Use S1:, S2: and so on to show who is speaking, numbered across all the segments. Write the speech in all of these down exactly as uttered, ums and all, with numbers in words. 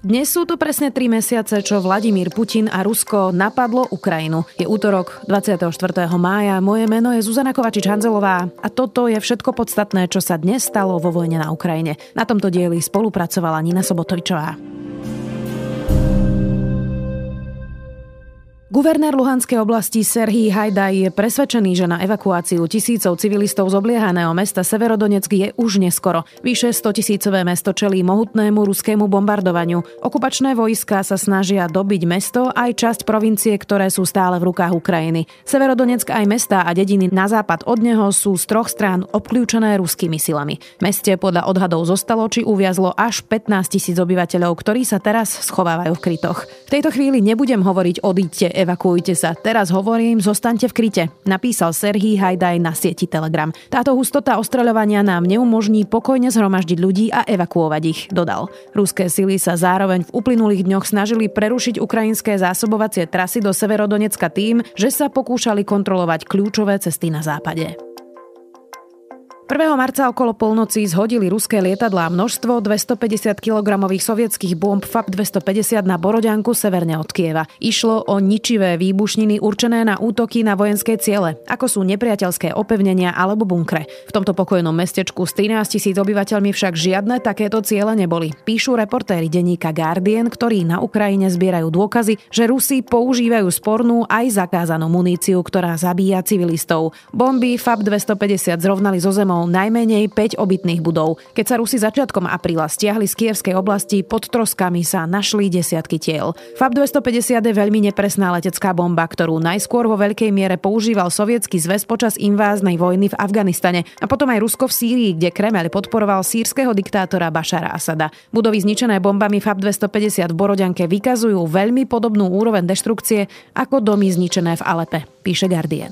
S1: Dnes sú to presne tri mesiace, čo Vladimír Putin a Rusko napadlo Ukrajinu. Je útorok, dvadsiateho štvrtého mája, moje meno je Zuzana Kovačič-Hanzelová a toto je všetko podstatné, čo sa dnes stalo vo vojne na Ukrajine. Na tomto dieli spolupracovala Nina Sobotovičová. Guvernér Luhanskej oblasti Serhij Hajdaj je presvedčený, že na evakuáciu tisícov civilistov z obliehaného mesta Severodonetsk je už neskoro. Vyše stotisícové mesto čelí mohutnému ruskému bombardovaniu. Okupačné vojská sa snažia dobiť mesto aj časť provincie, ktoré sú stále v rukách Ukrajiny. Severodonetsk aj mestá a dediny na západ od neho sú z troch strán obkľúčené ruskými silami. V meste podľa odhadov zostalo či uviazlo až pätnásť tisíc obyvateľov, ktorí sa teraz schovávajú v krytoch. V tejto chvíli nebudem hovoriť odíďte, evakuujte sa. Teraz hovorím, zostaňte v kryte, napísal Serhij Hajdaj na sieti Telegram. Táto hustota ostreľovania nám neumožní pokojne zhromaždiť ľudí a evakuovať ich, dodal. Ruské sily sa zároveň v uplynulých dňoch snažili prerušiť ukrajinské zásobovacie trasy do Severodonecka tým, že sa pokúšali kontrolovať kľúčové cesty na západe. prvého marca okolo polnoci zhodili ruské lietadlá množstvo dvestopäťdesiat kilogramových sovietských bomb F A P dvestopäťdesiat na Borodianku severne od Kieva. Išlo o ničivé výbušniny určené na útoky na vojenské ciele, ako sú nepriateľské opevnenia alebo bunkre. V tomto pokojnom mestečku s trinásť tisíc obyvateľmi však žiadne takéto ciele neboli. Píšu reportéri denníka Guardian, ktorí na Ukrajine zbierajú dôkazy, že Rusi používajú spornú aj zakázanú muníciu, ktorá zabíja civilistov. Bomby F A P dvestopäťdesiat zrovnali zo zemou najmenej päť obytných budov. Keď sa Rusi začiatkom apríla stiahli z Kievskej oblasti, pod troskami sa našli desiatky tiel. F A P dvestopäťdesiat je veľmi nepresná letecká bomba, ktorú najskôr vo veľkej miere používal Sovietsky zväz počas inváznej vojny v Afganistane a potom aj Rusko v Sýrii, kde Kremeľ podporoval sýrskeho diktátora Bašara Asada. Budovy zničené bombami F A P dvestopäťdesiat v Borodianke vykazujú veľmi podobnú úroveň deštrukcie ako domy zničené v Alepe, píše Guardian.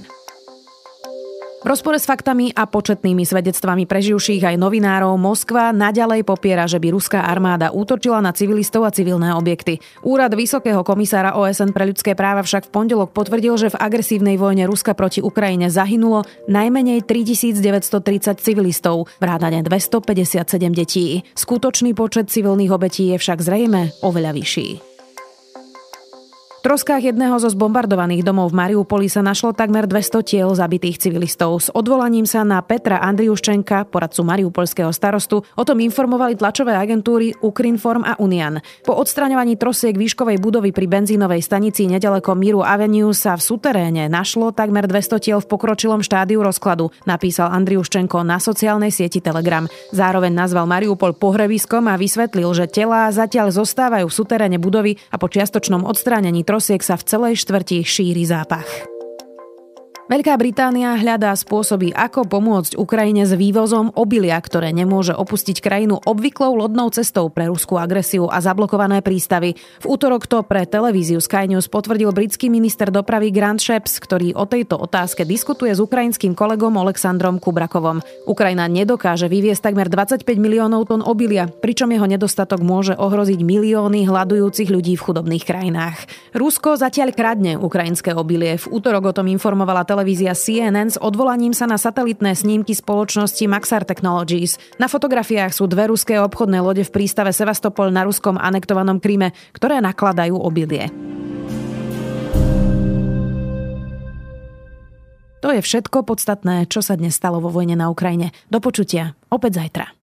S1: V rozpore s faktami a početnými svedectvami preživších aj novinárov Moskva naďalej popiera, že by ruská armáda útočila na civilistov a civilné objekty. Úrad Vysokého komisára O S N pre ľudské práva však v pondelok potvrdil, že v agresívnej vojne Ruska proti Ukrajine zahynulo najmenej tritisícdeväťstotridsať civilistov, vrátane dvestopäťdesiatsedem detí. Skutočný počet civilných obetí je však zrejme oveľa vyšší. V troskách jedného zo zbombardovaných domov v Mariupoli sa našlo takmer dvesto tiel zabitých civilistov. S odvolaním sa na Petra Andriuščenka, poradcu mariupolského starostu, o tom informovali tlačové agentúry Ukrinform a Unian. Po odstraňovaní trosiek výškovej budovy pri benzínovej stanici nedaleko Miru Avenue sa v suteréne našlo takmer dvesto tiel v pokročilom štádiu rozkladu, napísal Andriuščenko na sociálnej sieti Telegram. Zároveň nazval Mariupol pohrebiskom a vysvetlil, že telá zatiaľ zostávajú v suteréne budovy a po čiastočnom odstránení trosiek sa v celej štvrti šíri zápach. Veľká Británia hľadá spôsoby, ako pomôcť Ukrajine s vývozom obilia, ktoré nemôže opustiť krajinu obvyklou lodnou cestou pre ruskú agresiu a zablokované prístavy. V útorok to pre televíziu Sky News potvrdil britský minister dopravy Grant Shapps, ktorý o tejto otázke diskutuje s ukrajinským kolegom Oleksandrom Kubrakovom. Ukrajina nedokáže vyviesť takmer dvadsaťpäť miliónov tón obilia, pričom jeho nedostatok môže ohroziť milióny hladujúcich ľudí v chudobných krajinách. Rusko zatiaľ kradne ukrajinské obilie. V útorok o tom informovala televízia C N N s odvolaním sa na satelitné snímky spoločnosti Maxar Technologies. Na fotografiách sú dve ruské obchodné lode v prístave Sevastopol na ruskom anektovanom Kryme, ktoré nakladajú obilie. To je všetko podstatné, čo sa dnes stalo vo vojne na Ukrajine. Do počutia, opäť zajtra.